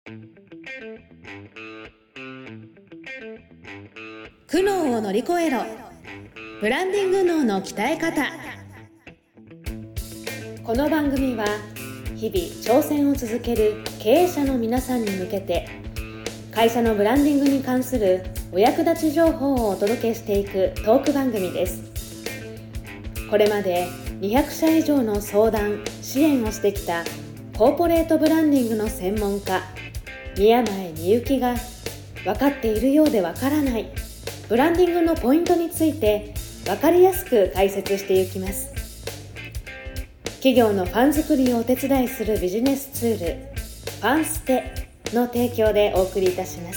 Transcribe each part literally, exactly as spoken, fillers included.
苦悩を乗り越えろ。ブランディング脳の鍛え方。この番組は日々挑戦を続ける経営者の皆さんに向けて、会社のブランディングに関するお役立ち情報をお届けしていくトーク番組です。これまでにひゃくしゃ以上の相談・支援をしてきたコーポレートブランディングの専門家宮前みゆきが、分かっているようで分からないブランディングのポイントについて分かりやすく解説していきます。企業のファン作りをお手伝いするビジネスツール、ファンステの提供でお送りいたします。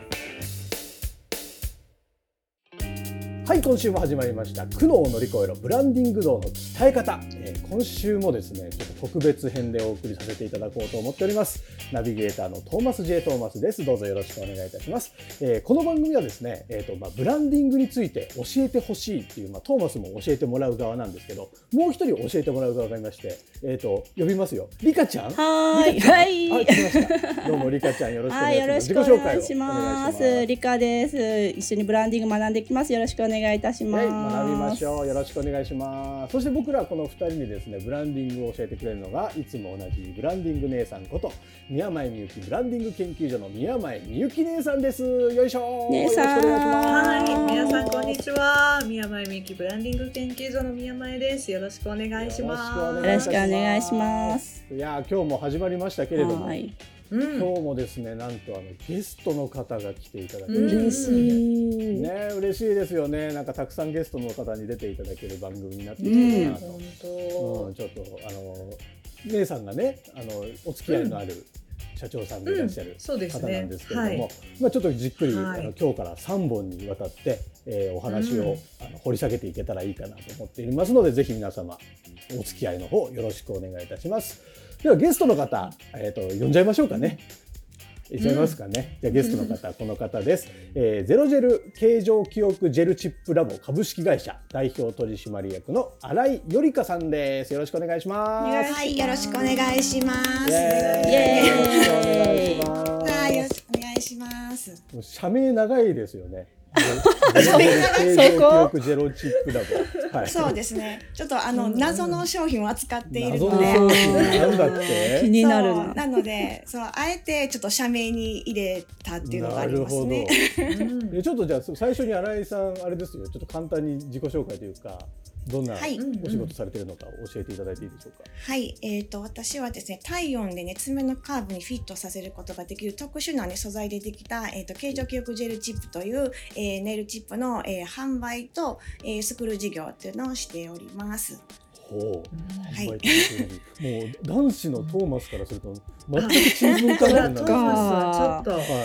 はい、今週も始まりました苦悩を乗り越えろブランディング脳の鍛え方、えー、今週もですねちょっと特別編でお送りさせていただこうと思っております。ナビゲーターのトーマス J トーマスです。どうぞよろしくお願いいたします。えー、この番組はですね、えーとまあ、ブランディングについて教えてほしいっていう、まあ、トーマスも教えてもらう側なんですけど、もう一人教えてもらう側がいまして、えーと呼びますよ。リカちゃん。 はーい。はい。 あ、来ました。どうもリカちゃん、よろしくお願いします。 よろしくお願いします。リカです。一緒にブランディング学んでいきます。よろしくお願いいたします。 はい、学びましょう。よろしくお願いします。そして僕らこのふたりにですね、ブランディングを教えてくれるのが、いつも同じブランディング姉さんこと宮前みゆきブランディング研究所の宮前みゆき姉さんです。よいしょ。 姉さん。 よろしくお願いします。 はい、皆さんこんにちは。宮前みゆきブランディング研究所の宮前です。よろしくお願いします。 よろしくお願いします。 いや、今日も始まりましたけれども、はい、 うん、 今日もですね、なんとあのゲストの方が来ていただける、うん、嬉しいね、嬉しいですよね。なんかたくさんゲストの方に出ていただける番組になっているかなと、うんうん、ちょっとあの姉さんがね、あのお付き合いのある社長さんでいらっしゃる方なんですけれども、うんうんね、はい、まあ、ちょっとじっくり、はい、あの今日からさんぼんにわたって、えー、お話を、うん、あの掘り下げていけたらいいかなと思っていますので、ぜひ皆様お付き合いの方よろしくお願いいたします。ではゲストの方、えー、と呼んじゃいましょうかね。いっちゃいますかね。うん、じゃあゲストの方、この方です。えー、ゼロジェル形状記憶ジェルチップラボ株式会社代表取締役の新井よりかさんです。よろしくお願いします。 はい、よろしくお願いします。 イエーイ、よろしくお願いします。 はい、よろしくお願いします。 社名長いですよね。形状記憶ジェロチップラボ、はい、 そうですね。ちょっとあの、うん、謎の商品を扱っているので、 謎の商品なんだって気になるな。 なので、そうあえてちょっと社名に入れたっていうのがありますね。 なるほど。でちょっとじゃあ最初に新井さんあれですよ。ちょっと簡単に自己紹介というか。どんなお仕事されているのか教えていただいていいでしょうか。 はい、えーと、私はですね、体温でね、爪のカーブにフィットさせることができる特殊な、ね、素材でできた、えーと、形状記憶ジェルチップという、えー、ネイルチップの、えー、販売と、えー、スクール事業というのをしております。 ほう、はい、もう男子のトーマスからすると全くちんぷんかんなんです。 トーマスはちょっと、はい、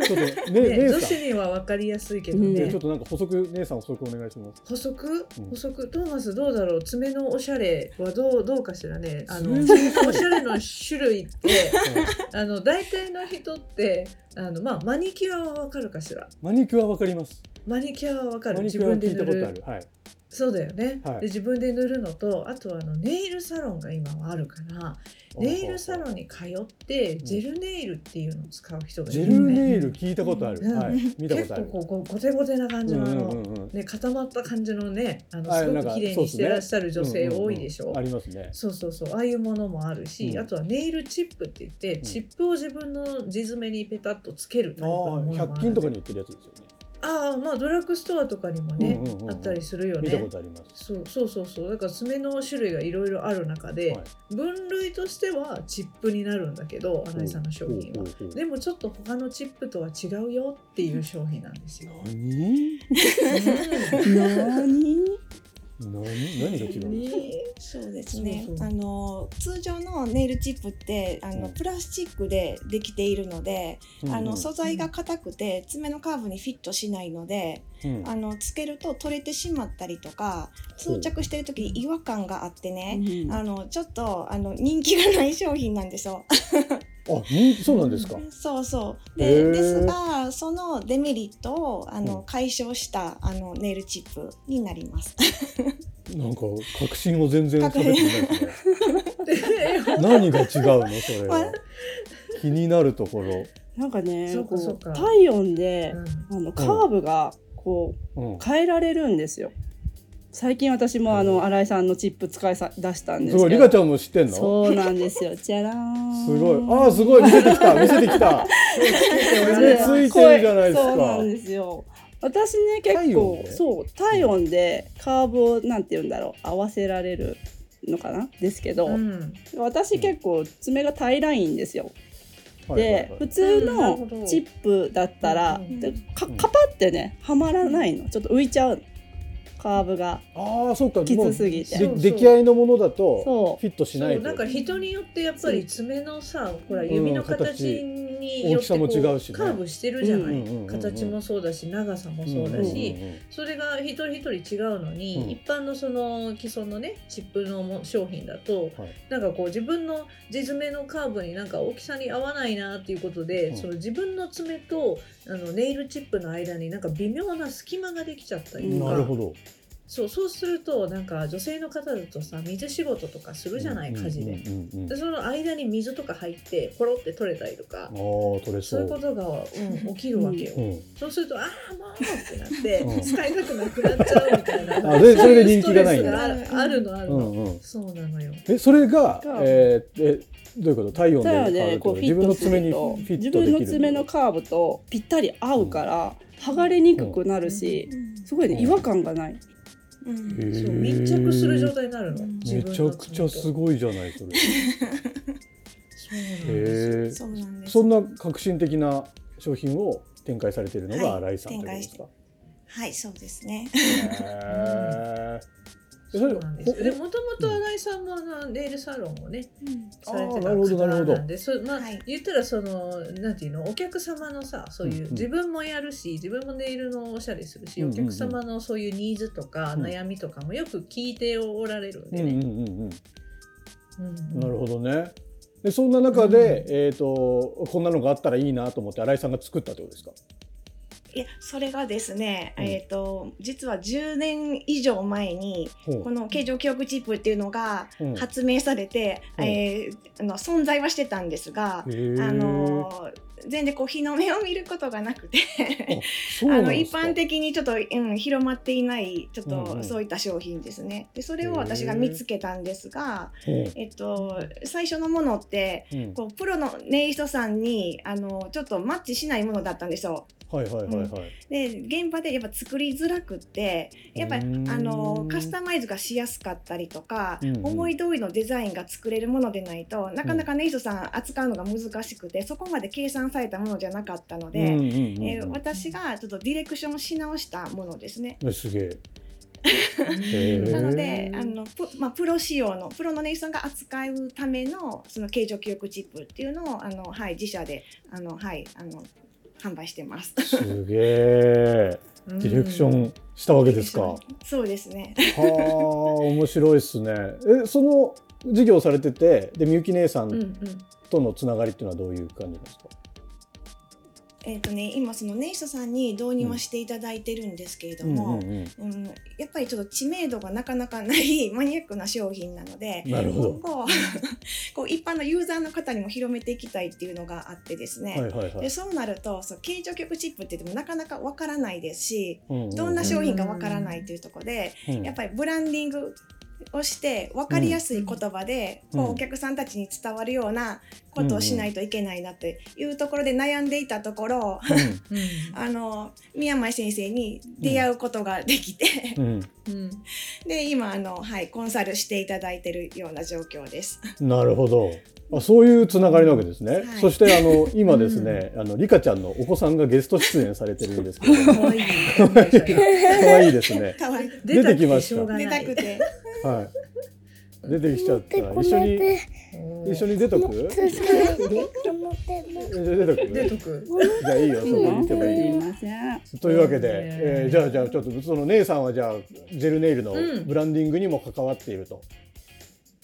ちょっと、ね、女子には分かりやすいけどね、 うん、ちょっとなんか補足、姉さん補足お願いします。 補足、うん、補足、トーマスどうだろう。爪のおしゃれはどうどうかしらね。あの爪のおしゃれの種類ってあの大体の人ってあの、まあ、マニキュアは分かるかしら。 マニキュアは分かります。 マニキュアは分かる。 マニキュアは聞いたことある。はい。 そうだよね、はい、で自分で塗るのと、あとはあのネイルサロンが今はあるから、ネイルサロンに通ってジェルネイルっていうのを使う人がいる、ね、 ジェルネイル聞いたことある、うん、はい、見たことある。 結構こうゴテゴテな感じの、うんうんうん、ね、固まった感じのね、あのすごく綺麗にしてらっしゃる女性多いでしょ。 ありますね。 そうそうそう、ああいうものもあるし、うん、あとはネイルチップって言って、うん、チップを自分の地爪にペタッとつけるタイプのものもある。 ひゃく均とかに売ってるやつですよね。 ああ、まあドラッグストアとかにもね、うんうんうんうん、あったりするよね。 見たことあります。 そうそうそうそう。だから爪の種類がいろいろある中で、はい、分類としてはチップになるんだけど、新井さんの商品は、うんうんうん、でもちょっと他のチップとは違うよっていう商品なんですよ。 何？ 何？ 何, 何が違うんですか？ そうですね。 そうそう、 あの通常のネイルチップってあの、うん、プラスチックでできているので、うんうん、あの素材が硬くて爪のカーブにフィットしないので、うん、あのつけると取れてしまったりとか、装着している時に違和感があってね、うん、あのちょっとあの人気がない商品なんですよ。 あ、そうなんですか。 そうそうでですが、そのデメリットをあの、うん、解消したあのネイルチップになります。 なんか確信を全然されてないですね。何が違うのそれは。 気になるところ。 なんかね、 そうかこそううか体温で、 うんあのカーブがこう、 うん、 変えられるんですよ。最近私もあの新井さんのチップ使いさ出したんですけど。 すごい、リカちゃんも知ってんの？ そうなんですよ。じゃらーん。 すごい、ああすごい、見せてきた見せてきた。ついてるじゃないですか。 そうなんですよ。私ね結構体温でそう体温でカーブをなんて言うんだろう合わせられるのかなですけど、 うん、 私結構爪が平らいんですよ。 はいはいはいで普通うんなるほのどチップだったら、 うんでかカパってねはまらないの、ちょっと浮いちゃうカーブが。 ああそうか、 きつすぎてもうでそうそう出来合いのものだとそうフィットしないと。 そうなんか人によってやっぱり爪のさ、ほら指の形によってこう大きさも違うしねカーブしてるじゃない、 うんうんうんうん形もそうだし長さもそうだし、 うんうんうんそれが一人一人違うのに、 うん一般のその既存のねチップのも商品だと、 はいなんかこう自分の地爪のカーブになんか大きさに合わないなっていうことで、 うんその自分の爪とあのネイルチップの間になんか微妙な隙間ができちゃったりとか、 なるほど。 そうそうするとなんか女性の方だとさ水仕事とかするじゃない、家事で。 うんうんうんうん、 でその間に水とか入ってポロって取れたりとかああ取れそう。 そういうことが、うん、起きるわけよ、 うんそうするとああもうってなって、 うん使いたくなくなっちゃうみたいなあでそれで人気がないんだ。 そういうストレスがあるあるのあるの、 うんうん、 そうなのよ。 えそれが、 がえー、えどういうこと？体温でなの変わるとでこうフィ自分のットする爪にフとィットできる。 自分の爪のカーブとぴったり合うから剥がれにくくなるし、すごいね違和感がない。 うんへーそう密着する状態になるの、 うん自めちゃ分の爪とくちゃすごいじゃないそれ。 そうなんですよへえ。 そうなんです。 そんな革新的な商品を展開されているのがはい新井さんということですか？ はい、そうですね。 へーそうなんですよ。でもともと新井さんもあのネイルサロンをねうんされてたあーなるほどなるほど方なんで、そまあ、 はい言ったらそのなんていうのお客様のさそういう、 うんうん自分もやるし自分もネイルのおしゃれするし、 うんうんうんお客様のそういうニーズとかうん悩みとかもよく聞いておられるんでね。 うんうんうんうん。 うんなるほどね。でそんな中で、えー、とこんなのがあったらいいなと思って新井さんが作ったってことですか？ いや、それがですね、 うんえっ、と実はじゅうねん以上前にほうこの形状記憶チップっていうのがうん発明されて、 うんえーあの存在はしてたんですが、 へーあの全然こう日の目を見ることがなくてそうあのなんですか？ 一般的にちょっと、うん、広まっていないちょっうんうんとそういった商品ですね。でそれを私が見つけたんですが、 ほうえっと、最初のものってうんこうプロのネイリストさんにあのちょっとマッチしないものだったんですよ。 はいはいはいはい。 で現場でやっぱ作りづらくってやっぱりうーんあのカスタマイズがしやすかったりとか、 うんうん思い通りのデザインが作れるものでないとなかなかネイリストさん扱うのが難しくてそこまで計算されたものじゃなかったので、 うんうんうんうんえー私がちょっとディレクションし直したものですね。 えすげえ。へーなのであのプ,、まあ、プロ仕様のプロのネイリストさんが扱うためのその形状記憶チップっていうのをあの、はい、自社であの、はい、あの販売してます。 すげえ。ディレクションしたわけですか。はそうですね。 あ面白いですね。えその事業されててでみゆき姉さうんうんんとのつながりっていうのはどういう感じですか？ えーとね、今そのネイリストさんに導入はしていただいてるんですけれども、 うんうんうんやっぱりちょっと知名度がなかなかないマニアックな商品なのでなるほどこうこう一般のユーザーの方にも広めていきたいっていうのがあってですね、 はいはいはい。 でそうなるとそう形状記憶チップって言ってもなかなかわからないですし、 うんうんうんどんな商品かわからないというところで、 うんやっぱりブランディングをして分かりやすい言葉で、 うんこうお客さんたちに伝わるようなことをしないといけないなっていうところで悩んでいたところ、 うんあの宮前先生に出会うことができて、 うんうんで今あの、はい、コンサルしていただいてるような状況です。 なるほど。あそういうつながりなわけですね。 はいそしてあの今ですね、あのリカちゃんのお子さんがゲスト出演されてるんですけど、 可愛い可愛いですね。 かわいい出てきました出出たくたくてはい。出てきちゃった。一緒に一緒に出とく？えじゃあ出とく？ 出とく。 じゃあいいよ。そこにいてもいいよ。 すいません。 というわけで、 うんえーじゃあじゃあちょっとその姉さんはじゃあジェルネイルのうんブランディングにも関わっていると。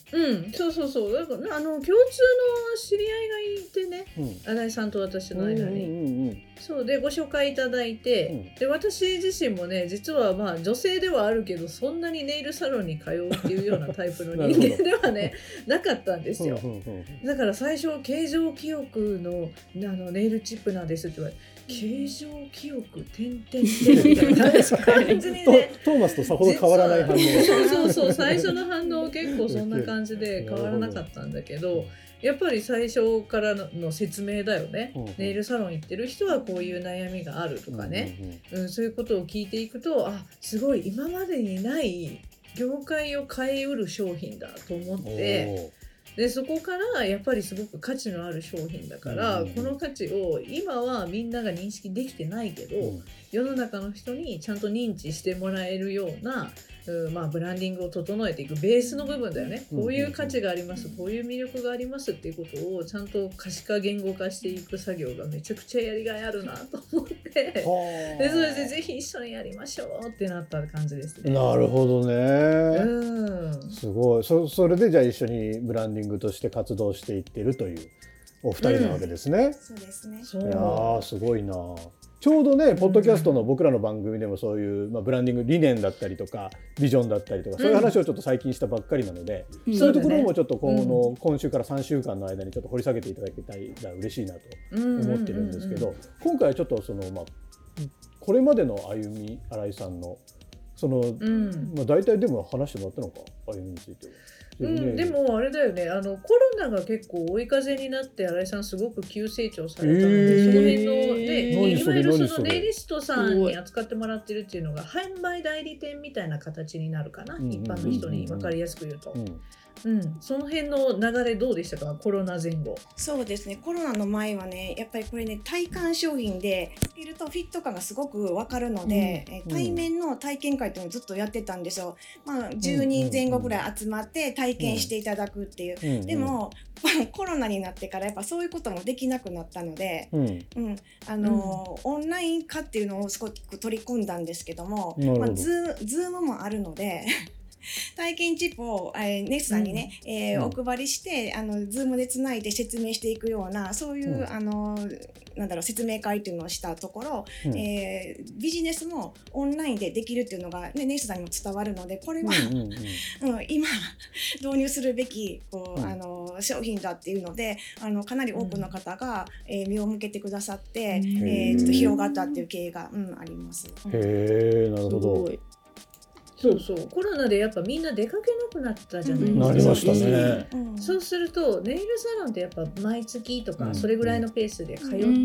うん、そうそうそう。だからあの共通の知り合いがいてね、 うん、 新井さんと私の間に、 うんうんうん、 そうでご紹介いただいて、うん、で私自身もね実はまあ女性ではあるけどそんなにネイルサロンに通うっていうようなタイプの人間ではねなかったんですよ。だから最初形状記憶のあのネイルチップなんですって言われて。形状記憶点々点みたいな感じにねトーマスとさほど変わらない反応そうそうそう最初の反応結構そんな感じで変わらなかったんだけどやっぱり最初からの説明だよね、うん、ネイルサロン行ってる人はこういう悩みがあるとかね、うんうんうん、そういうことを聞いていくとあすごい今までにない業界を変えうる商品だと思ってでそこからやっぱりすごく価値のある商品だから、うん、この価値を今はみんなが認識できてないけど、うん、世の中の人にちゃんと認知してもらえるような、うんまあ、ブランディングを整えていくベースの部分だよね、うん、こういう価値がありますこういう魅力がありますっていうことをちゃんと可視化言語化していく作業がめちゃくちゃやりがいあるなと思ってでそれでぜひ一緒にやりましょうってなった感じですね。 なるほどね、 うん、 すごい そ, それでじゃあ一緒にブランディングとして活動していってるというお二人なわけですね、うん、 そうですね。 いやーすごいな。ちょうどねポッドキャストの僕らの番組でもそういう、まあ、ブランディング理念だったりとかビジョンだったりとかそういう話をちょっと最近したばっかりなので、うん、そういうところもちょっとこの、うん、今週からさんしゅうかんの間にちょっと掘り下げていただきたいら嬉しいなと思ってるんですけど、今回はちょっとその、まあ、これまでの歩み新井さんのその、うんまあ、大体でも話してもらったのか歩みについては。 うん、でもあれだよねあのコロナが結構追い風になって新井さんすごく急成長されたので、えー、その辺のでいわゆるそのネイリストさんに扱ってもらってるっていうのが販売代理店みたいな形になるかな、うん、一般の人に分かりやすく言うと、うんうん、その辺の流れどうでしたかコロナ前後。 そうですねコロナの前はねやっぱりこれね体感商品でつけるとフィット感がすごく分かるので、うん、対面の体験会っていうのをずっとやってたんですよ、まあ、じゅうにんぜん後ぐらい集まって体験していただくっていう、うん、でもコロナになってからやっぱそういうこともできなくなったので、うんうん、あのーうん、オンライン化っていうのをすごく取り組んだんですけども、まあ、ズ, ズームもあるので体験チップを、えー、ネスさんにね、うんえー、お配りしてあのズームでつないで説明していくようなそういう、うん、あのなんだろう説明会っていうのをしたところ、うんえー、ビジネスもオンラインでできるっていうのが、ね、ネスさんにも伝わるのでこれは、うんうんうんうん、今導入するべきこう、うん、あの商品だっていうのであのかなり多くの方が、うんえー、目を向けてくださって、うんえー、ちょっと広がったっていう経緯が、うん、あります。 へーなるほど。 そうそうコロナでやっぱみんな出かけなくなったじゃないですか、 なりましたね、 うん、そうするとネイルサロンってやっぱ毎月とかそれぐらいのペースで通って、うん、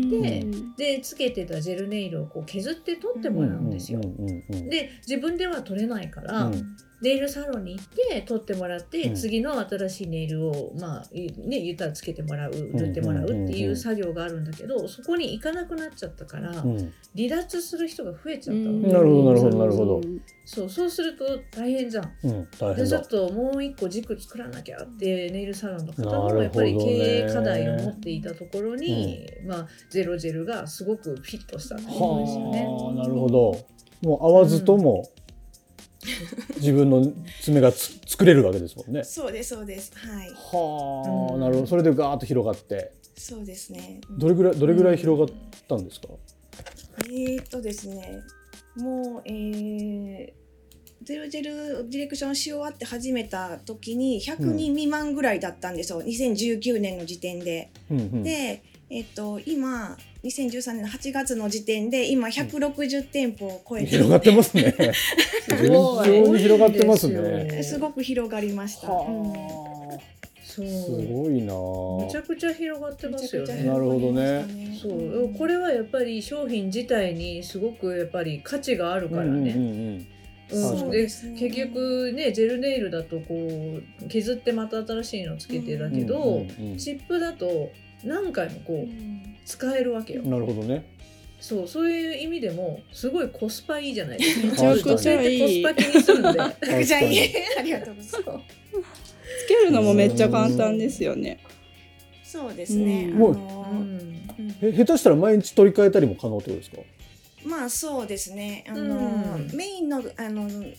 でつけてたジェルネイルをこう削って取ってもらうんですよ、で自分では取れないから、うんネイルサロンに行って取ってもらって、うん、次の新しいネイルをまあね言ったらつけてもらう塗ってもらうっていう作業があるんだけどそこに行かなくなっちゃったから、うん、離脱する人が増えちゃったの、うん、 なるほどなるほどなるほどそうそうすると大変じゃん、うん、大変だでちょっともう一個軸作らなきゃってネイルサロンの方もやっぱり経営課題を持っていたところに、うんまあ、ゼロジェルがすごくフィットしたってことですよね。 はあなるほどもう合わずとも、うん自分の爪がつ作れるわけですもんね。 そうですそうですはいはあ、うん、なるほどそれでガーッと広がってそうですね、 どれぐらいどれぐらい広がったんですか、 うん、えー、っとですねもうえーゼロジェルディレクションし終わって始めた時にひゃくにん未満ぐらいだったんですよ、うん、にせんじゅうきゅうねんの時点で、うんうん、でえっと、今にせんじゅうさんねんのはちがつの時点で今ひゃくろくじゅうてんぽを超えて、 広がってますね非常に広がってますねすごく広がりました、うん、 そうすごいなめちゃくちゃ広がってますよね。 なるほどねそうこれはやっぱり商品自体にすごくやっぱり価値があるからね、うんうんうんうん、で結局ねジェルネイルだとこう削ってまた新しいのつけてだけど、うんうんうん、チップだと何回もこう、うん、使えるわけよ。 なるほどね。 そうそういう意味でもすごいコスパいいじゃないですか。 めちゃくちゃいい。 コスパ気にするんで。 めちゃくちゃいい。ありがとうございます。 つけるのもめっちゃ簡単ですよね。 そうですね。 うん、もう、うんうん、下手したら毎日取り替えたりも可能ってことですか？ まあそうですね。あの、うん、メインのあの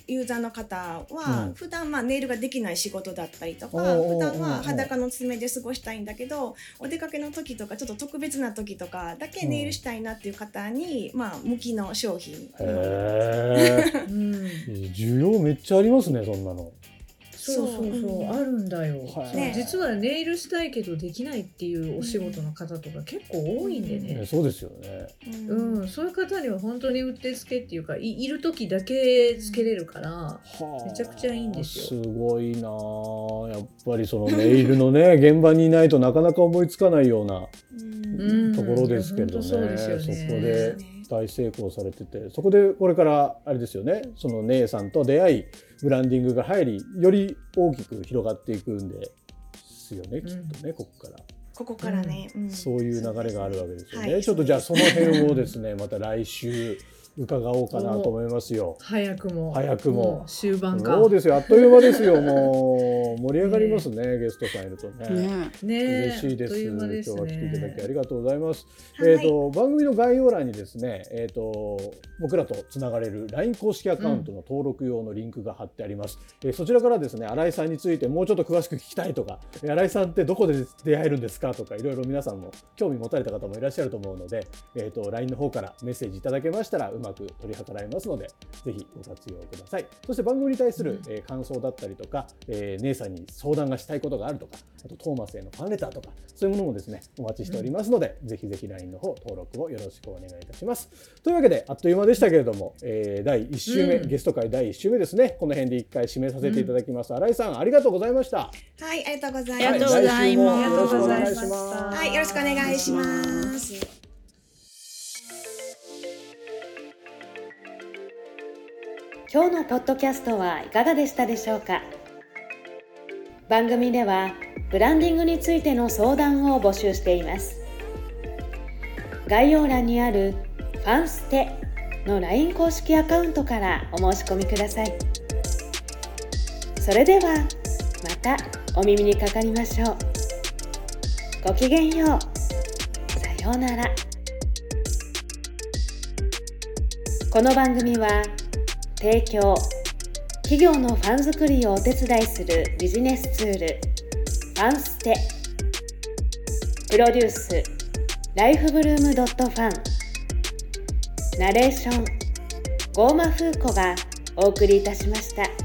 ユーザーの方は、 うん普段まあネイルができない仕事だったりとか、 おうおうおうおう普段は裸の爪で過ごしたいんだけど、お出かけの時とかちょっと特別な時とかだけネイルしたいなっていう方に、まあ向きの商品。 へえ。 うん需要めっちゃありますね、そんなの。 そうそうそう、 うんあるんだよ、 はいね実はネイルしたいけどできないっていうお仕事の方とか結構多いんでね、 ねそうですよね。 うんうん、そういう方には本当にうってつけっていうか い, いる時だけつけれるから、 はあめちゃくちゃいいんですよすごいなあ。やっぱりそのネイルのね現場にいないとなかなか思いつかないようなうんところですけどね。 本当そうですよねそこで大成功されてて、そこでこれからあれですよね。その姉さんと出会い、ブランディングが入り、より大きく広がっていくんですよね。きっとね、ここから。 ここからね、うんそういう流れがあるわけですよね。 はいちょっとじゃあその辺をですね、また来週伺おうかなと思いますよ。 早くも早くもう終盤かそうですよ、あっという間ですよ。もう盛り上がりますね、ゲストさんいるとね。 ねねえ嬉しいです。 あっという間ですね今日は来ていただきありがとうございます。 はいえっ、と番組の概要欄にですね、えっ、と僕らとつながれる ライン 公式アカウントの登録用のリンクが貼ってあります。えーそちらからですね、新井さんについてもうちょっと詳しく聞きたいとか、えー新井さんってどこで出会えるんですかとか、いろいろ皆さんも興味持たれた方もいらっしゃると思うので、えっ、と ライン の方からメッセージいただけましたらうまく取り計らいますので、ぜひご活用ください。そして番組に対する、えー感想だったりとか、えー姉さんに相談がしたいことがあるとか、あとトーマスへのファンレターとか、そういうものもですね、お待ちしておりますので、ぜひぜひ ライン の方登録をよろしくお願いいたします。というわけで、あっという間でしたけれども、えーだいいっ週目、 うんゲスト会だいいっ週目ですね、この辺で一回締めさせていただきます。新井さん、ありがとうございました。 はい、ありがとうございありがます。 とうございますは来週もよろしくお願いします。 はい、よろしくお願いします。 今日のポッドキャストはいかがでしたでしょうか。番組ではブランディングについての相談を募集しています。概要欄にあるファンステの ライン 公式アカウントからお申し込みください。それではまたお耳にかかりましょう。ごきげんよう。さようなら。この番組は提供、企業のファン作りをお手伝いするビジネスツールファンステ、プロデュースライフブルームドットファン、ナレーションゴーマフーコがお送りいたしました。